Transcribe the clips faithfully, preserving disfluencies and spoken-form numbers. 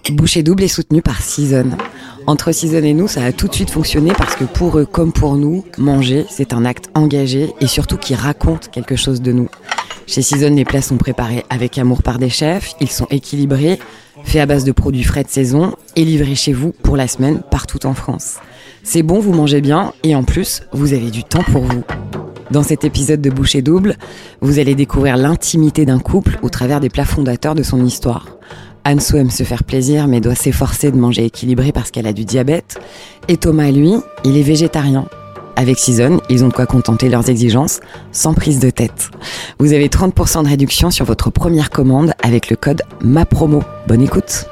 Bouchée double est soutenue par Season. Entre Season et nous, ça a tout de suite fonctionné parce que pour eux comme pour nous, manger, c'est un acte engagé et surtout qui raconte quelque chose de nous. Chez Season, les plats sont préparés avec amour par des chefs, ils sont équilibrés, faits à base de produits frais de saison et livrés chez vous pour la semaine partout en France. C'est bon, vous mangez bien et en plus, vous avez du temps pour vous. Dans cet épisode de Bouchée double, vous allez découvrir l'intimité d'un couple au travers des plats fondateurs de son histoire. Anso aime se faire plaisir mais doit s'efforcer de manger équilibré parce qu'elle a du diabète. Et Thomas, lui, il est végétarien. Avec Season, ils ont de quoi contenter leurs exigences sans prise de tête. Vous avez trente pour cent de réduction sur votre première commande avec le code MAPROMO. Bonne écoute.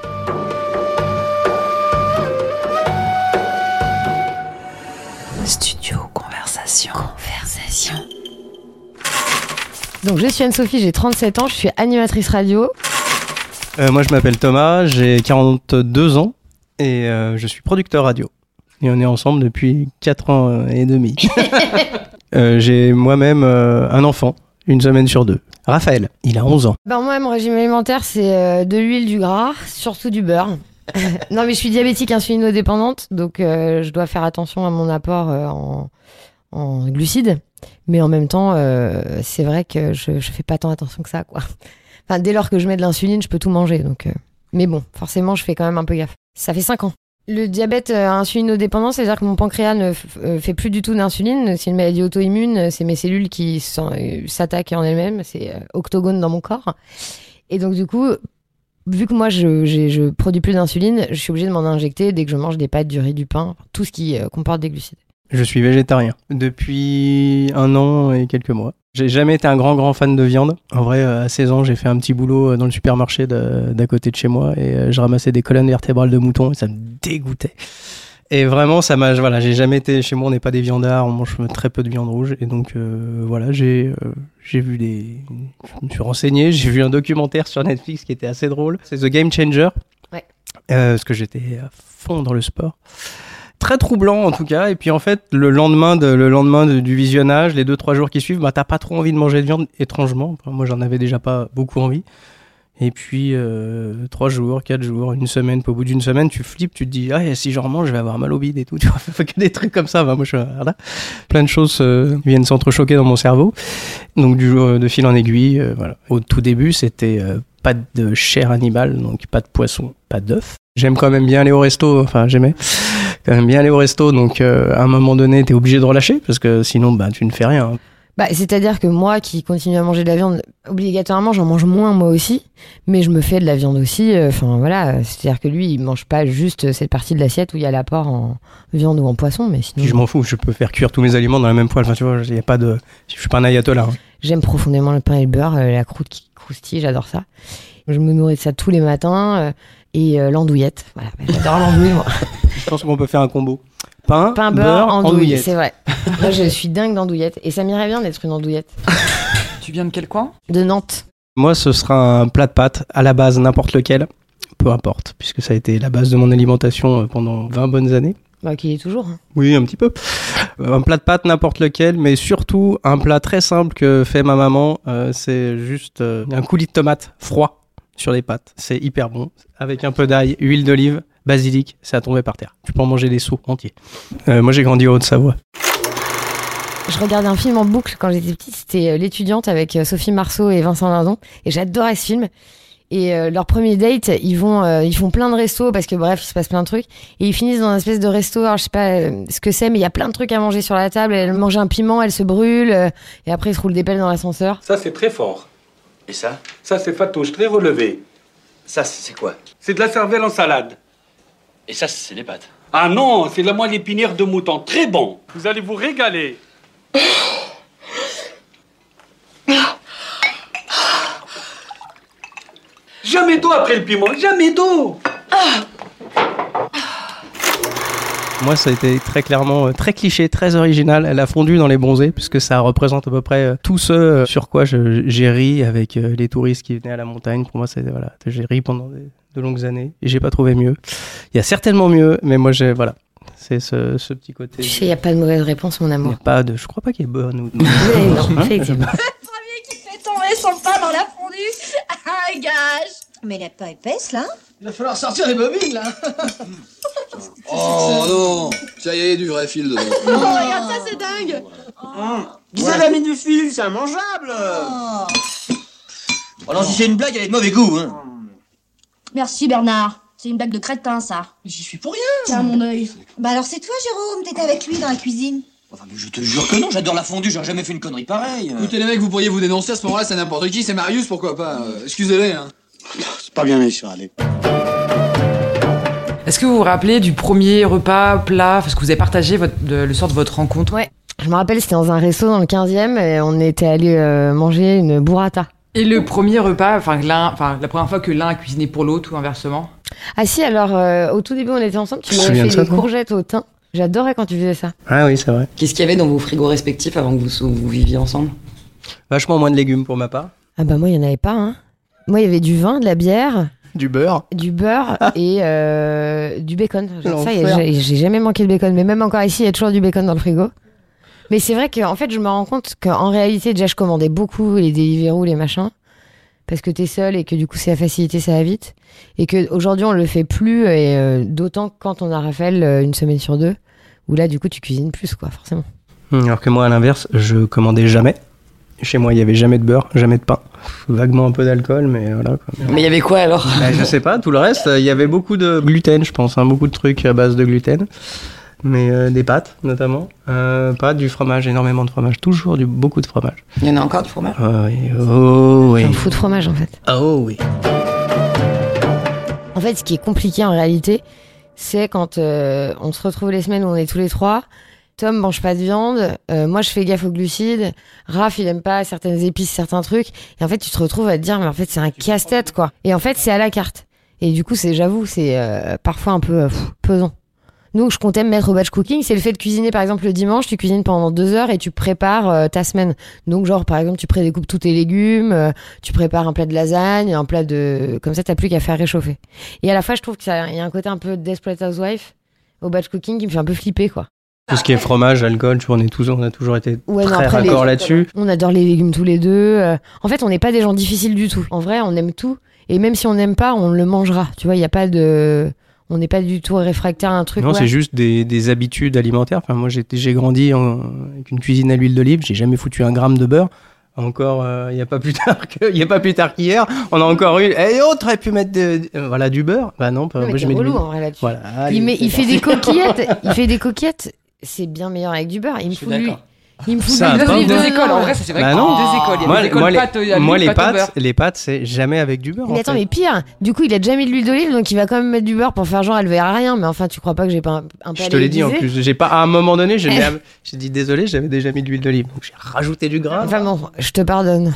Studio Conversation. Conversation. Donc je suis Anne-Sophie, j'ai trente-sept ans, je suis animatrice radio. Euh, moi, je m'appelle Thomas, j'ai quarante-deux ans et euh, je suis producteur radio. Et on est ensemble depuis quatre ans et demi. euh, j'ai moi-même euh, un enfant, une semaine sur deux. Raphaël, il a onze ans. Ben moi, mon régime alimentaire, c'est euh, de l'huile, du gras, surtout du beurre. Non, mais je suis diabétique insulinodépendante, donc euh, je dois faire attention à mon apport euh, en, en glucides. Mais en même temps, euh, c'est vrai que je, je fais pas tant attention que ça, quoi. Enfin, dès lors que je mets de l'insuline, je peux tout manger. Donc, euh... Mais bon, forcément, je fais quand même un peu gaffe. Ça fait cinq ans. Le diabète euh, insulinodépendant, c'est-à-dire que mon pancréas ne f- euh, fait plus du tout d'insuline. C'est une maladie auto-immune. C'est mes cellules qui euh, s'attaquent en elles-mêmes. C'est euh, octogone dans mon corps. Et donc, du coup, vu que moi, je, j'ai, je produis plus d'insuline, je suis obligée de m'en injecter dès que je mange des pâtes, du riz, du pain, tout ce qui euh, comporte des glucides. Je suis végétarien depuis un an et quelques mois. J'ai jamais été un grand grand fan de viande. En vrai, à seize ans, j'ai fait un petit boulot dans le supermarché de, d'à côté de chez moi et je ramassais des colonnes vertébrales de mouton et ça me dégoûtait. Et vraiment, ça m'a, voilà, j'ai jamais été, chez moi on n'est pas des viandards, on mange très peu de viande rouge et donc euh, voilà, j'ai, euh, j'ai vu des, je me suis renseigné, j'ai vu un documentaire sur Netflix qui était assez drôle. C'est The Game Changer. Ouais. Euh, parce que j'étais à fond dans le sport. Très troublant en tout cas, et puis en fait le lendemain, de, le lendemain de, du visionnage, les deux trois jours qui suivent, bah t'as pas trop envie de manger de viande étrangement. Enfin, moi j'en avais déjà pas beaucoup envie. Et puis euh, trois jours, quatre jours, une semaine, puis au bout d'une semaine tu flippes, tu te dis ah si j'en mange je vais avoir mal au bide et tout. Tu vois, faut que des trucs comme ça. Bah, moi je voilà, plein de choses euh, viennent s'entrechoquer dans mon cerveau. Donc du jour de fil en aiguille, euh, voilà. Au tout début c'était euh, pas de chair animale, donc pas de poisson, pas d'œufs. J'aime quand même bien aller au resto, enfin j'aimais quand même bien aller au resto, donc euh, à un moment donné t'es obligé de relâcher parce que sinon bah tu ne fais rien. Bah, c'est-à-dire que moi qui continue à manger de la viande, obligatoirement j'en mange moins moi aussi, mais je me fais de la viande aussi, enfin euh, voilà, c'est-à-dire que lui il mange pas juste cette partie de l'assiette où il y a l'apport en viande ou en poisson, mais sinon... Je m'en fous, je peux faire cuire tous mes aliments dans la même poêle, enfin tu vois, y a pas de... je suis pas un ayatollah. Hein. J'aime profondément le pain et le beurre, euh, la croûte qui croustille, j'adore ça. Je me nourris de ça tous les matins, euh, et euh, l'andouillette, voilà, j'adore l'andouille moi. Je pense qu'on peut faire un combo. Pain, Pain, beurre, beurre, andouille, andouillette. C'est vrai. Moi, je suis dingue d'andouillette. Et ça m'irait bien d'être une andouillette. Tu viens de quel coin ? De Nantes. Moi, ce sera un plat de pâtes, à la base, n'importe lequel. Peu importe, puisque ça a été la base de mon alimentation pendant vingt bonnes années. Bah, qui est toujours. Hein. Oui, un petit peu. Un plat de pâtes, n'importe lequel, mais surtout un plat très simple que fait ma maman. Euh, c'est juste euh, un coulis de tomate froid sur les pâtes. C'est hyper bon. Avec un peu d'ail, huile d'olive, basilic, ça a tombé par terre. Tu peux en manger des seaux entiers. Euh, moi, j'ai grandi au Haut-de-Savoie. Je regardais un film en boucle quand j'étais petite. C'était L'étudiante avec Sophie Marceau et Vincent Lindon. Et j'adorais ce film. Et euh, leur premier date, ils vont, euh, ils font plein de restos parce que bref, il se passe plein de trucs. Et ils finissent dans une espèce de resto. Alors je sais pas euh, ce que c'est, mais il y a plein de trucs à manger sur la table. Elle mange un piment, elle se brûle. Euh, et après, ils se roulent des pelles dans l'ascenseur. Ça, c'est très fort. Et ça ? Ça, c'est fatouche, très relevé. Ça, c'est quoi ? C'est de la cervelle en salade. Et ça, c'est des pâtes. Ah non, c'est la moelle épinière de mouton. Très bon. Vous allez vous régaler. Jamais d'eau après le piment, jamais d'eau. Moi, ça a été très clairement, euh, très cliché, très original. Elle a fondu dans les bronzés, puisque ça représente à peu près euh, tout ce euh, sur quoi je, j'ai ri avec euh, les touristes qui venaient à la montagne. Pour moi, c'était, voilà, j'ai ri pendant des, de longues années et j'ai pas trouvé mieux. Il y a certainement mieux, mais moi, j'ai, voilà, c'est ce, ce petit côté. Tu sais, il n'y a pas de mauvaise réponse, mon Il amour. n'y a pas de, je crois pas qu'il y ait bonne ou. Mais non, effectivement. Le premier qui fait tomber son pain dans la fondue, un gage. Mais elle est pas épaisse, là. Il va falloir sortir les bobines, là. Oh non, ça y est, du vrai fil dedans. Oh, regarde ça, c'est dingue. Vous avez mis du fil, c'est immangeable. Oh. Oh non, si c'est une blague, elle est de mauvais goût, hein. Merci, Bernard. C'est une blague de crétin, ça. J'y suis pour rien. Tiens, mon œil. Bah alors c'est toi, Jérôme, t'étais avec lui dans la cuisine. Enfin, mais je te jure que non, j'adore la fondue, j'aurais jamais fait une connerie pareille. Écoutez les mecs, vous pourriez vous dénoncer à ce moment-là, c'est n'importe qui, c'est Marius, pourquoi pas. Euh, excusez-les, hein. C'est pas bien méchant, allez. Est-ce que vous vous rappelez du premier repas, plat, parce que vous avez partagé votre, de- le sort de votre rencontre? Ouais. Je me rappelle, c'était dans un resto dans le quinzième et on était allé euh, manger une burrata. Et le premier repas, enfin, l'un, enfin, la première fois que l'un a cuisiné pour l'autre ou inversement? Ah si, alors euh, au tout début on était ensemble, tu Tu te m'avais souviens fait de ça, des toi courgettes au thym. J'adorais quand tu faisais ça. Ah oui, c'est vrai. Qu'est-ce qu'il y avait dans vos frigos respectifs avant que vous, vous viviez ensemble? Vachement moins de légumes pour ma part. Ah bah moi il n'y en avait pas. Hein. Moi il y avait du vin, de la bière, Du beurre. du beurre et euh, du bacon. Genre, ça, y est, L'enfer. j'ai, j'ai jamais manqué de bacon, mais même encore ici il y a toujours du bacon dans le frigo. Mais c'est vrai qu'en fait je me rends compte qu'en réalité déjà je commandais beaucoup les Deliveroo, les machins. Parce que t'es seul et que du coup c'est la facilité, ça va vite. Et qu'aujourd'hui on le fait plus, et euh, d'autant quand on a Raphaël euh, une semaine sur deux, où là du coup tu cuisines plus quoi, forcément. Alors que moi, à l'inverse, je commandais jamais. Chez moi, il y avait jamais de beurre, jamais de pain. Vaguement un peu d'alcool, mais voilà. Quoi. Mais il y avait quoi alors? Bah, je sais pas, tout le reste, il y avait beaucoup de gluten, je pense, hein, beaucoup de trucs à base de gluten. Mais euh, des pâtes, notamment. Euh, pâtes, du fromage, énormément de fromage. Toujours du, beaucoup de fromage. Il y en a encore du fromage? Oh oui, oh oui. Un fou de fromage en fait. Oh oui. En fait, ce qui est compliqué en réalité, c'est quand euh, on se retrouve les semaines où on est tous les trois. Tom mange pas de viande, euh, moi je fais gaffe aux glucides, Raph il aime pas certaines épices, certains trucs, et en fait tu te retrouves à te dire mais en fait c'est un casse-tête quoi. Et en fait c'est à la carte. Et du coup c'est, j'avoue, c'est euh, parfois un peu euh, pff, pesant. Nous, je comptais me mettre au batch cooking, c'est le fait de cuisiner par exemple le dimanche, tu cuisines pendant deux heures et tu prépares euh, ta semaine. Donc genre par exemple tu prédécoupes tous tes légumes, euh, tu prépares un plat de lasagne, un plat de... Comme ça t'as plus qu'à faire réchauffer. Et à la fois je trouve qu'il y a un côté un peu Desperate Housewife au batch cooking qui me fait un peu flipper quoi. Tout ce qui est fromage, alcool, tu vois, on, est tous, on a toujours été Ouais, non, très après, raccord les- là-dessus. On adore les légumes tous les deux. euh, En fait on n'est pas des gens difficiles du tout. En vrai on aime tout. Et même si on n'aime pas, on le mangera. Tu vois, il n'y a pas de... On n'est pas du tout réfractaire à un truc. Non, ouais. c'est juste des, des habitudes alimentaires. Enfin, moi, j'ai, j'ai grandi en- avec une cuisine à l'huile d'olive. J'ai jamais foutu un gramme de beurre. Encore, il n'y a pas plus tard que, il y a pas plus tard qu'hier, on a encore eu. Eh, oh, t'aurais pu mettre de, euh, voilà, du beurre. Bah non, Non, mais moi, t'es je mets de relou l'huile. en vrai là-dessus. Voilà. Allez, Il, met- c'est il fait parti. des coquillettes. Il fait des coquillettes. C'est bien meilleur avec du beurre. Il me Je suis fout lui. d'accord. Il me fout Ça lui a le pas beurre deux de- écoles, dedans. en vrai, ça c'est vrai Bah qu'il y a non. deux écoles. Il y a Moi, des écoles moi, les, pâtes, à moi, l'huile, les pâtes au beurre. pâtes, les pâtes, c'est jamais avec du beurre. Mais en attends, fait. mais pire. Du coup, il a déjà mis de l'huile d'olive, donc il va quand même mettre du beurre pour faire genre elle verra rien. Mais enfin, tu crois pas que j'ai pas un, un Je te l'ai dit en aiguisé plus. J'ai pas, à un moment donné, j'ai, j'ai dit désolé, j'avais déjà mis de l'huile d'olive. Donc j'ai rajouté du gras. Enfin bon, je te pardonne.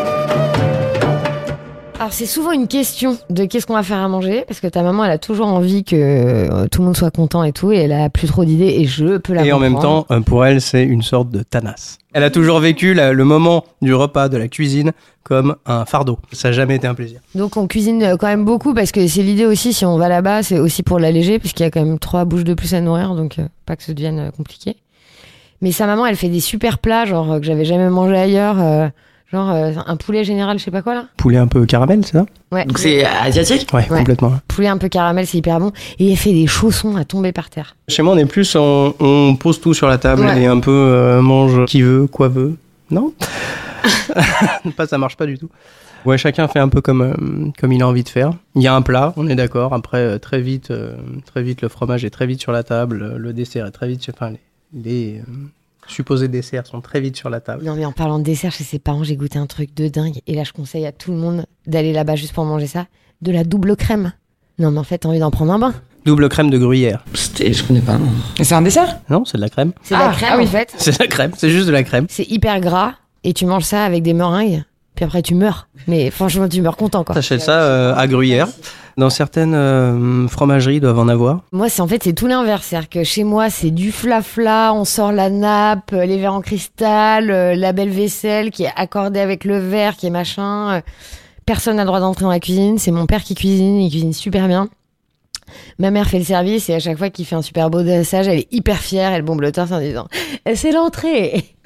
Alors c'est souvent une question de qu'est-ce qu'on va faire à manger, parce que ta maman elle a toujours envie que euh, tout le monde soit content et tout, et elle a plus trop d'idées, et je peux la Et en même comprendre. temps, euh, pour elle, c'est une sorte de tanasse. Elle a toujours vécu la- le moment du repas, de la cuisine, comme un fardeau. Ça n'a jamais été un plaisir. Donc on cuisine euh, quand même beaucoup, parce que c'est l'idée aussi, si on va là-bas, c'est aussi pour l'alléger, puisqu'il y a quand même trois bouches de plus à nourrir, donc euh, pas que ça devienne euh, compliqué. Mais sa maman, elle fait des super plats, genre euh, que j'avais jamais mangé ailleurs, euh, genre euh, un poulet général, je sais pas quoi là. Poulet un peu caramel, c'est ça? Ouais. Donc c'est asiatique? Ouais, Ouais. complètement. Poulet un peu caramel, c'est hyper bon. Et elle fait des chaussons à tomber par terre. Chez moi, on est plus, on, on pose tout sur la table Ouais. et un peu euh, mange qui veut, quoi veut. Non? Pas, ça marche pas du tout. Ouais, chacun fait un peu comme, euh, comme il a envie de faire. Il y a un plat, on est d'accord. Après, euh, très vite, euh, très vite, le fromage est très vite sur la table. euh, Le dessert est très vite, enfin, les, les euh, supposés desserts sont très vite sur la table. Non mais en parlant de dessert, chez ses parents, j'ai goûté un truc de dingue. Et là, je conseille à tout le monde d'aller là-bas juste pour manger ça. De la double crème. Non mais en fait, t'as envie d'en prendre un bain. Double crème de gruyère. C'était, je connais pas. Non. Et c'est un dessert? Non, c'est de la crème. C'est de Ah, la crème ah oui. en fait. C'est de la crème, c'est juste de la crème. C'est hyper gras. Et tu manges ça avec des meringues. Puis après, tu meurs. Mais franchement, tu meurs content quoi. T'achètes ça euh, à Gruyère. Dans certaines euh, fromageries, ils doivent en avoir. Moi, c'est en fait, c'est tout l'inverse. C'est-à-dire que chez moi, c'est du flafla, on sort la nappe, euh, les verres en cristal, euh, la belle vaisselle qui est accordée avec le verre, qui est machin. euh, Personne n'a le droit d'entrer dans la cuisine. C'est mon père qui cuisine, il cuisine super bien. Ma mère fait le service et à chaque fois qu'il fait un super beau dressage, elle est hyper fière, elle bombe le torse en disant « C'est l'entrée !»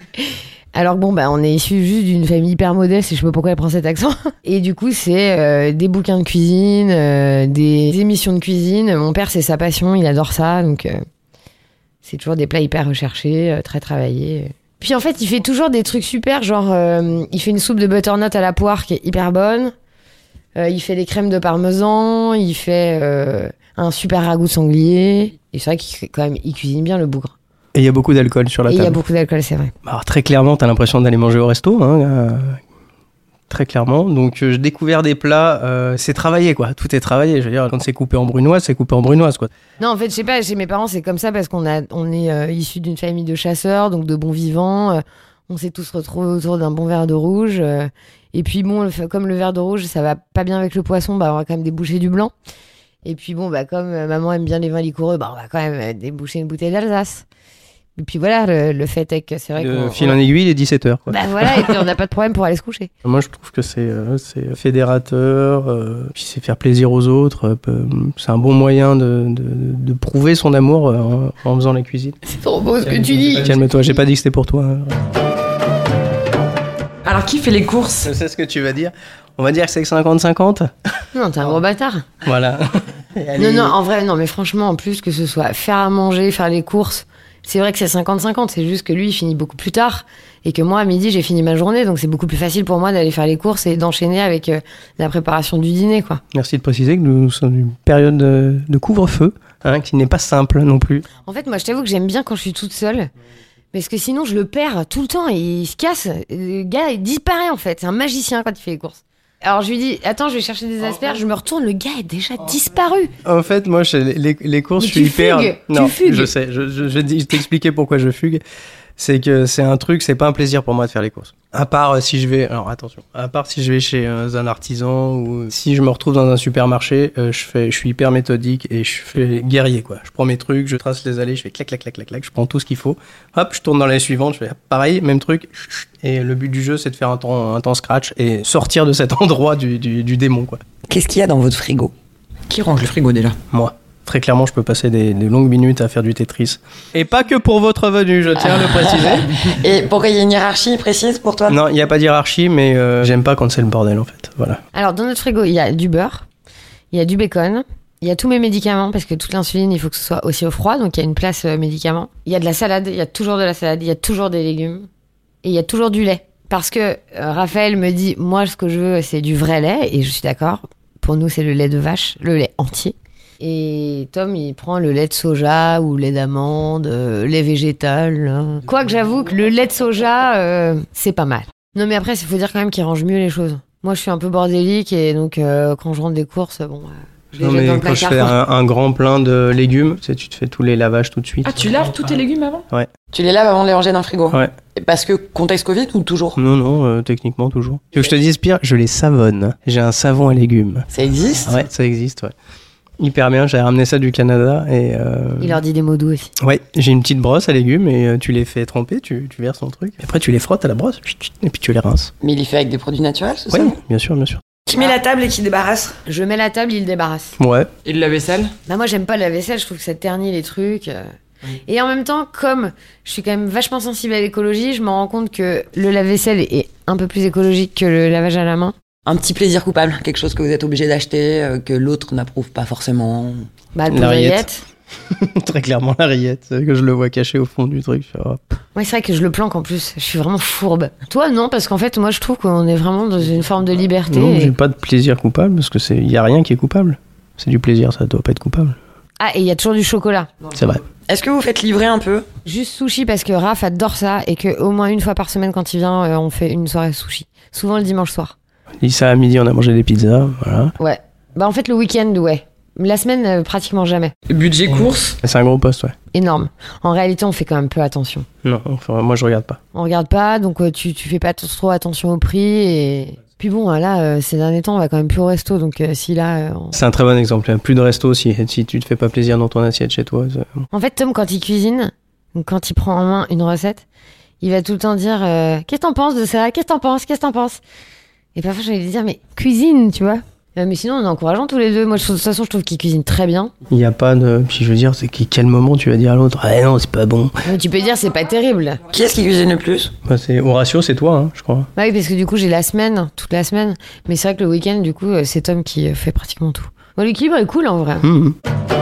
Alors que bon, bah, on est issu juste d'une famille hyper modeste et je sais pas pourquoi elle prend cet accent. Et du coup, c'est euh, des bouquins de cuisine, euh, des émissions de cuisine. Mon père, c'est sa passion, il adore ça. Donc, euh, c'est toujours des plats hyper recherchés, euh, très travaillés. Puis en fait, il fait toujours des trucs super. Genre, euh, il fait une soupe de butternut à la poire qui est hyper bonne. Euh, il fait des crèmes de parmesan. Il fait euh, un super ragoût de sanglier. Et c'est vrai qu'il quand même, il cuisine bien le bougre. Et il y a beaucoup d'alcool sur la Et table. il y a beaucoup d'alcool, c'est vrai. Alors très clairement, t'as l'impression d'aller manger au resto, hein, euh, très clairement. Donc euh, j'ai découvert des plats, euh, c'est travaillé quoi, tout est travaillé. Je veux dire, quand c'est coupé en brunoise, c'est coupé en brunoise quoi. Non, en fait, je sais pas, chez mes parents, c'est comme ça parce qu'on a, on est euh, issus d'une famille de chasseurs, donc de bons vivants. Euh, on s'est tous retrouvés autour d'un bon verre de rouge. Euh, et puis bon, le, comme le verre de rouge, ça va pas bien avec le poisson, bah on va quand même déboucher du blanc. Et puis bon, bah comme euh, maman aime bien les vins liquoreux, bah on va quand même euh, déboucher une bouteille d'Alsace. Et puis voilà, le, le fait est que c'est vrai De qu'on... fil en aiguille, il est dix-sept heures. Quoi. Bah voilà, et puis on n'a pas de problème pour aller se coucher. Moi, je trouve que c'est, euh, c'est fédérateur, euh, puis c'est faire plaisir aux autres. Euh, c'est un bon moyen de, de, de prouver son amour euh, en, en faisant la cuisine. C'est trop beau ce que tu dis. Calme-toi, j'ai pas dit que c'était pour toi. Hein. Alors, qui fait les courses? Je sais ce que tu vas dire. On va dire que c'est cinquante cinquante. Non, t'es un gros bâtard. Voilà. Non, non, en vrai, non, mais franchement, en plus que ce soit faire à manger, faire les courses, c'est vrai que c'est cinquante cinquante, c'est juste que lui, il finit beaucoup plus tard et que moi, à midi, j'ai fini ma journée, donc c'est beaucoup plus facile pour moi d'aller faire les courses et d'enchaîner avec euh, la préparation du dîner, quoi. Merci de préciser que nous sommes dans une période de, de couvre-feu, hein, qui n'est pas simple non plus. En fait, moi, je t'avoue que j'aime bien quand je suis toute seule, parce que sinon, je le perds tout le temps et il se casse. Le gars, il disparaît, en fait. C'est un magicien quand il fait les courses. Alors je lui dis, attends, je vais chercher des asperges, je me retourne, le gars est déjà disparu. En fait, moi, je, les, les courses, Mais je suis tu hyper... fugues, non, tu fugues. je sais, je, je, je, je t'expliquais pourquoi je fugue. C'est que c'est un truc, c'est pas un plaisir pour moi de faire les courses. À part euh, si je vais, alors attention, à part si je vais chez euh, un artisan ou si je me retrouve dans un supermarché, euh, je fais, je suis hyper méthodique et je fais guerrier quoi. Je prends mes trucs, je trace les allées, je fais clac clac clac clac clac, je prends tout ce qu'il faut. Hop, je tourne dans l'allée suivante, je fais pareil, même truc. Et le but du jeu, c'est de faire un temps, un temps scratch et sortir de cet endroit du, du, du démon quoi. Qu'est-ce qu'il y a dans votre frigo? Qui range le frigo déjà? Moi. Très clairement, je peux passer des, des longues minutes à faire du Tetris. Et pas que pour votre venue, je tiens à le préciser. Et pourquoi il y a une hiérarchie précise pour toi? Non, il n'y a pas de hiérarchie, mais euh, j'aime pas quand c'est le bordel, en fait. Voilà. Alors, dans notre frigo, il y a du beurre, il y a du bacon, il y a tous mes médicaments, parce que toute l'insuline, il faut que ce soit aussi au froid, donc il y a une place euh, médicaments. Il y a de la salade, il y a toujours de la salade, il y a toujours des légumes, et il y a toujours du lait. Parce que euh, Raphaël me dit, moi, ce que je veux, c'est du vrai lait, et je suis d'accord. Pour nous, c'est le lait de vache, le lait entier. Et Tom, il prend le lait de soja ou lait d'amande, euh, lait végétal. Hein. Quoique j'avoue que le lait de soja, euh, c'est pas mal. Non mais après, il faut dire quand même qu'il range mieux les choses. Moi, je suis un peu bordélique et donc euh, quand je rentre des courses, bon, euh, je les Non, jette mais dans le quand je placard. fais un, un grand plein de légumes, tu sais, tu te fais tous les lavages tout de suite. Ah, tu laves tous tes légumes avant? Ouais. Tu les laves avant de les ranger dans le frigo? Ouais. Parce que contexte Covid ou toujours? Non, non, euh, techniquement, toujours. Tu veux que je te dise pire? Je les savonne. J'ai un savon à légumes. Ça existe? Ouais, ça existe, ouais. Hyper bien, j'avais ramené ça du Canada et... Euh... Il leur dit des mots doux aussi. Ouais, j'ai une petite brosse à légumes et euh, tu les fais tremper, tu, tu verses ton truc. Et après, tu les frottes à la brosse et puis tu les rinces. Mais il les fait avec des produits naturels, c'est Ouais, ça? bien sûr, bien sûr. Qui met la table et qui débarrasse? Je mets la table, il débarrasse. Ouais. Et la vaisselle? Bah moi, j'aime pas la vaisselle, je trouve que ça ternit les trucs. euh. Et en même temps, comme je suis quand même vachement sensible à l'écologie, je me rends compte que le lave-vaisselle est un peu plus écologique que le lavage à la main. Un petit plaisir coupable, quelque chose que vous êtes obligé d'acheter, euh, que l'autre n'approuve pas forcément. Bah, le La rillette. Très clairement, la rillette, c'est que je le vois caché au fond du truc. Hop. Ouais, c'est vrai que je le planque en plus. Je suis vraiment fourbe. Toi, non, parce qu'en fait, moi, je trouve qu'on est vraiment dans une forme de liberté. Non, et- j'ai pas de plaisir coupable parce que c'est, y a rien qui est coupable. C'est du plaisir, ça doit pas être coupable. Ah, et il y a toujours du chocolat. C'est vrai. Est-ce que vous faites livrer un peu? Juste sushi parce que Raph adore ça et que au moins une fois par semaine quand il vient, euh, on fait une soirée sushi. Souvent le dimanche soir. Il dit ça à midi, on a mangé des pizzas, voilà. Ouais. Bah en fait le week-end, ouais. La semaine, euh, pratiquement jamais. Budget course? C'est un gros poste, ouais. Énorme. En réalité, on fait quand même peu attention. Non, enfin, moi je regarde pas. On regarde pas, donc euh, tu, tu fais pas t- trop attention au prix et... Puis bon, là, euh, ces derniers temps, on va quand même plus au resto, donc euh, si là... euh, on- C'est un très bon exemple. Il y a plus de resto si, si tu te fais pas plaisir dans ton assiette chez toi. c'est- En fait, Tom, quand il cuisine, donc quand il prend en main une recette, il va tout le temps dire euh, qu'est-ce que t'en penses de ça? Qu'est-ce que t'en penses? Qu'est-ce que t'en penses? Et parfois, je vais lui dire mais cuisine, tu vois. Euh, mais sinon, on est encourageants tous les deux. Moi, de toute façon, je trouve qu'il cuisine très bien. Il n'y a pas de... Puis je veux dire, c'est que quel moment tu vas dire à l'autre « Ah non, c'est pas bon ». Mais tu peux dire c'est pas terrible. Qui est-ce qui cuisine le plus? Bah, c'est... Au ratio, c'est toi, hein, je crois. Bah oui, parce que du coup, j'ai la semaine, toute la semaine. Mais c'est vrai que le week-end, du coup, c'est Tom qui fait pratiquement tout. Bon, l'équilibre est cool, en vrai. Mmh.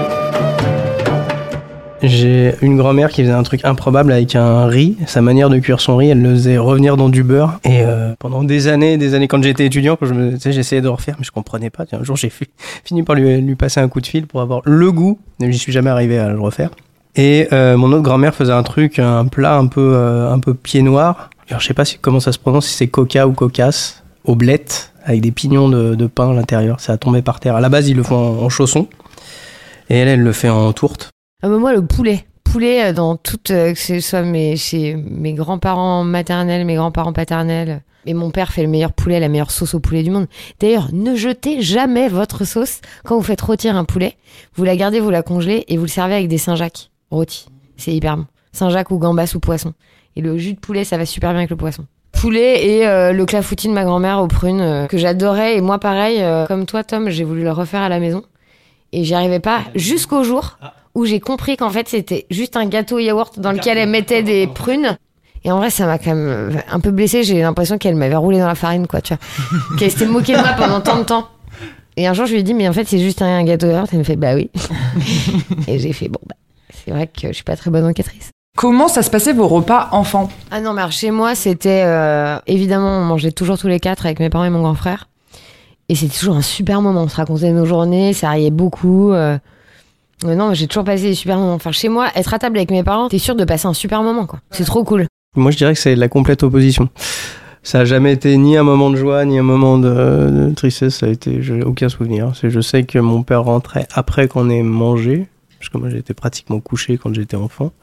J'ai une grand-mère qui faisait un truc improbable avec un riz. Sa manière de cuire son riz, elle le faisait revenir dans du beurre. Et euh, pendant des années, des années, quand j'étais étudiant, quand je me, tu sais, j'essayais de refaire, mais je comprenais pas. Tiens, un jour, j'ai fi- fini par lui, lui passer un coup de fil pour avoir le goût. Mais j'y suis jamais arrivé à le refaire. Et euh, mon autre grand-mère faisait un truc, un plat un peu, euh, un peu pied noir. Alors, je sais pas si, comment ça se prononce, si c'est coca ou cocasse, oblette, avec des pignons de, de pain à l'intérieur. Ça a tombé par terre. À la base, ils le font en, en chausson. Et elle, elle le fait en tourte. Ah bah moi, le poulet. Poulet dans toutes, euh, que ce soit mes, chez mes grands-parents maternels, mes grands-parents paternels. Et mon père fait le meilleur poulet, la meilleure sauce au poulet du monde. D'ailleurs, ne jetez jamais votre sauce quand vous faites rôtir un poulet. Vous la gardez, vous la congelez et vous le servez avec des Saint-Jacques rôtis. C'est hyper bon. Saint-Jacques ou gambas ou poisson. Et le jus de poulet, ça va super bien avec le poisson. Poulet et euh, le clafoutis de ma grand-mère aux prunes euh, que j'adorais. Et moi, pareil, euh, comme toi, Tom, j'ai voulu le refaire à la maison. Et j'y arrivais pas jusqu'au jour où j'ai compris qu'en fait, c'était juste un gâteau yaourt dans lequel elle mettait des prunes. Et en vrai, ça m'a quand même un peu blessée. J'ai l'impression qu'elle m'avait roulé dans la farine, quoi, tu vois. Qu'elle s'était moquée de moi pendant tant de temps. Et un jour, je lui ai dit, mais en fait, c'est juste un gâteau yaourt. Elle me fait, bah oui. Et j'ai fait, bon, bah, c'est vrai que je suis pas très bonne enquêtrice. Comment ça se passait vos repas enfants? Ah non, mais alors, chez moi, c'était... Euh, évidemment, on mangeait toujours tous les quatre avec mes parents et mon grand frère. Et c'était toujours un super moment. On se racontait nos journées, ça riait beaucoup. Euh... Mais non, j'ai toujours passé des super moments. Enfin, chez moi, être à table avec mes parents, t'es sûr de passer un super moment, quoi. C'est trop cool. Moi, je dirais que c'est la complète opposition. Ça a jamais été ni un moment de joie, ni un moment de, de tristesse. Ça a été, j'ai aucun souvenir. C'est, je sais que mon père rentrait après qu'on ait mangé, parce que moi, j'étais pratiquement couché quand j'étais enfant.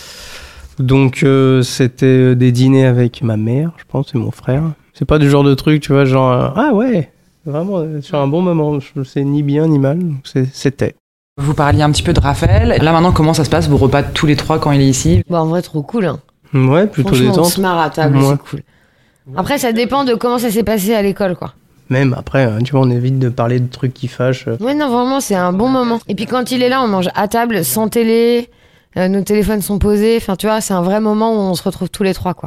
Donc, euh, c'était des dîners avec ma mère, je pense, et mon frère. C'est pas du genre de truc, tu vois, genre, euh, ah ouais, vraiment, sur un bon moment. Je sais ni bien ni mal. C'est, c'était. Vous parliez un petit peu de Raphaël. Là, maintenant, comment ça se passe, vos repas tous les trois quand il est ici? Bon, en vrai, trop cool, hein. Ouais, plutôt Franchement, détente. on se marre à table, Ouais. c'est cool. Après, ça dépend de comment ça s'est passé à l'école, quoi. Même après, hein, tu vois, on évite de parler de trucs qui fâchent. Ouais, non, vraiment, c'est un bon moment. Et puis quand il est là, on mange à table, sans télé, euh, nos téléphones sont posés. Enfin, tu vois, c'est un vrai moment où on se retrouve tous les trois, quoi.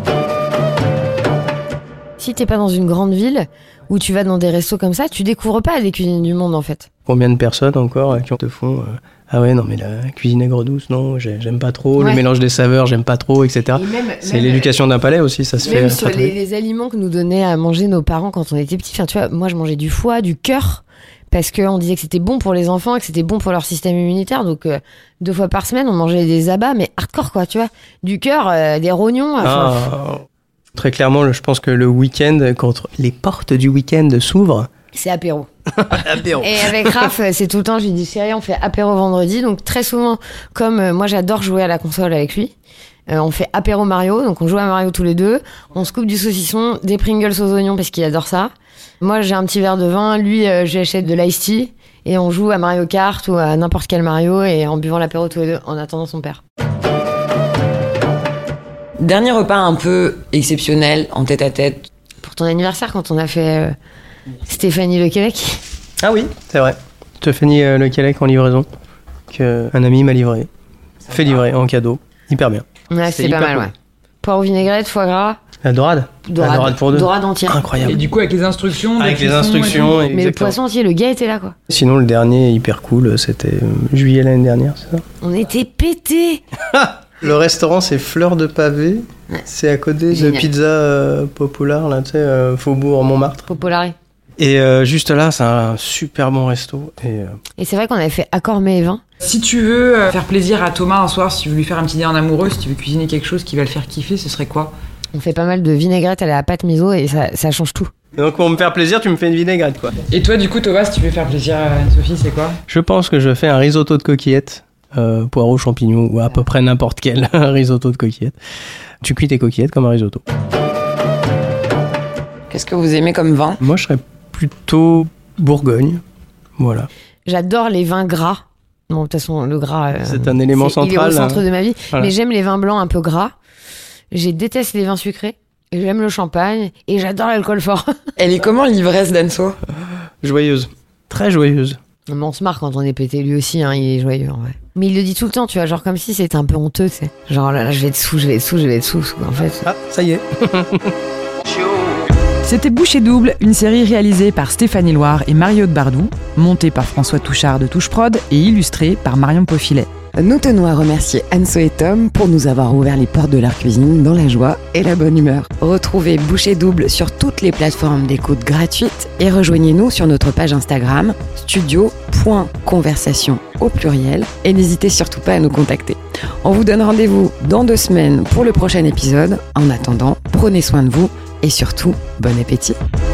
Si t'es pas dans une grande ville, où tu vas dans des restos comme ça, tu découvres pas les cuisines du monde, en fait. Combien de personnes encore euh, qui te font euh, ah ouais, non, mais la cuisine aigre douce, non, j'ai- j'aime pas trop. Ouais. Le mélange des saveurs, j'aime pas trop, et cetera. Et même- C'est même- l'éducation d'un palais aussi, ça se Même fait. sur les, les aliments que nous donnaient à manger nos parents quand on était petits. Enfin, tu vois, moi, je mangeais du foie, du cœur, parce qu'on disait que c'était bon pour les enfants, que c'était bon pour leur système immunitaire. Donc, euh, deux fois par semaine, on mangeait des abats, mais hardcore, quoi, tu vois. Du cœur, euh, des rognons. Enfin, Ah, très clairement, le- je pense que le week-end, quand les portes du week-end s'ouvrent, c'est apéro. apéro. Et avec Raph, euh, c'est tout le temps, je lui dis, chérie, on fait apéro vendredi. Donc, très souvent, comme euh, moi, j'adore jouer à la console avec lui, euh, on fait apéro Mario. Donc, on joue à Mario tous les deux. On se coupe du saucisson, des Pringles aux oignons parce qu'il adore ça. Moi, j'ai un petit verre de vin. Lui, euh, j'achète de l'ice tea. Et on joue à Mario Kart ou à n'importe quel Mario et en buvant l'apéro tous les deux en attendant son père. Dernier repas un peu exceptionnel, en tête à tête. Pour ton anniversaire, quand on a fait euh, Stéphanie Le Québec. Ah oui, c'est vrai. Stéphanie euh, Le Québec en livraison, qu'un ami m'a livré. Fait livrer en cadeau. Hyper bien. Ouais, C'est c'est pas hyper mal, cool. ouais. Poire aux vinaigrettes, foie gras. La dorade Dorade. La dorade pour deux. Dorade entière. Incroyable. Et du coup, avec les instructions. Avec de les cuisson et instructions. tout. et Mais le exactement. poisson entier, le gars était là, quoi. Sinon, le dernier, hyper cool, c'était euh, juillet l'année dernière, c'est ça? On était pétés. Le restaurant, c'est Fleur de Pavé. Ouais. C'est à côté de Génial. Pizza euh, Populaire, là, tu sais, euh, Faubourg Montmartre. Popolari. Et euh, juste là, c'est un super bon resto. Et, euh, Et c'est vrai qu'on avait fait accord mets et vin. Si tu veux euh, faire plaisir à Thomas un soir, si tu veux lui faire un petit dîner en amoureux, si tu veux cuisiner quelque chose qui va le faire kiffer, ce serait quoi? On fait pas mal de vinaigrette à la pâte miso et ça, ça change tout. et donc, pour me faire plaisir, tu me fais une vinaigrette, quoi. Et toi, du coup, Thomas, si tu veux faire plaisir à Sophie, c'est quoi? Je pense que je fais un risotto de coquillettes, euh, poireaux, champignons, ou à peu près n'importe quel risotto de coquillettes. Tu cuis tes coquillettes comme un risotto. Qu'est-ce que vous aimez comme vin? Moi, je serais plutôt Bourgogne. Voilà. J'adore les vins gras. Bon, de toute façon, le gras... euh, C'est un élément c'est- Il est au central, centre hein. de ma vie. Voilà. Mais j'aime les vins blancs un peu gras. Je déteste les vins sucrés. Et j'aime le champagne. Et j'adore l'alcool fort. Elle est comment l'ivresse d'Anso? Joyeuse. Très joyeuse. Mais on se marre quand on est pété, lui aussi, hein, il est joyeux en vrai. Mais il le dit tout le temps, tu vois, genre comme si c'était un peu honteux, tu sais. Genre là, là, je vais être sous, je vais être sous, je vais être sous, en fait. Ah, ça y est. C'était Bouchée Double, une série réalisée par Stéphanie Loire et Mario de Bardou, montée par François Touchard de Touche Prod et illustrée par Marion Paufilet. Nous tenons à remercier Anso et Tom pour nous avoir ouvert les portes de leur cuisine dans la joie et la bonne humeur. Retrouvez Bouchée Double sur toutes les plateformes d'écoute gratuites et rejoignez-nous sur notre page Instagram studio point conversation au pluriel et n'hésitez surtout pas à nous contacter. On vous donne rendez-vous dans deux semaines pour le prochain épisode. En attendant, prenez soin de vous et surtout, bon appétit.